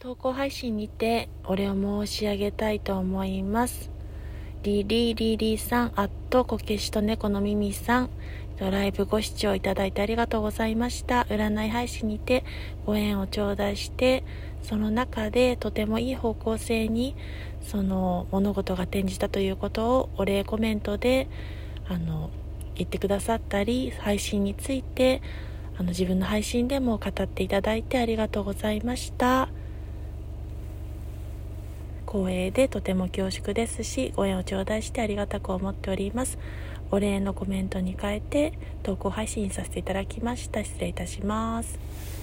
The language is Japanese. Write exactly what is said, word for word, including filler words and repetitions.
投稿配信にてお礼を申し上げたいと思います。リリリリさん、あっとこけしと猫のミミさん、ライブご視聴いただいてありがとうございました。占い配信にてご縁を頂戴して、その中でとてもいい方向性にその物事が転じたということをお礼コメントであの言ってくださったり、配信についてあの自分の配信でも語っていただいてありがとうございました。光栄でとても恐縮ですし、ご縁を頂戴してありがたく思っております。お礼のコメントに変えて投稿配信させていただきました。失礼いたします。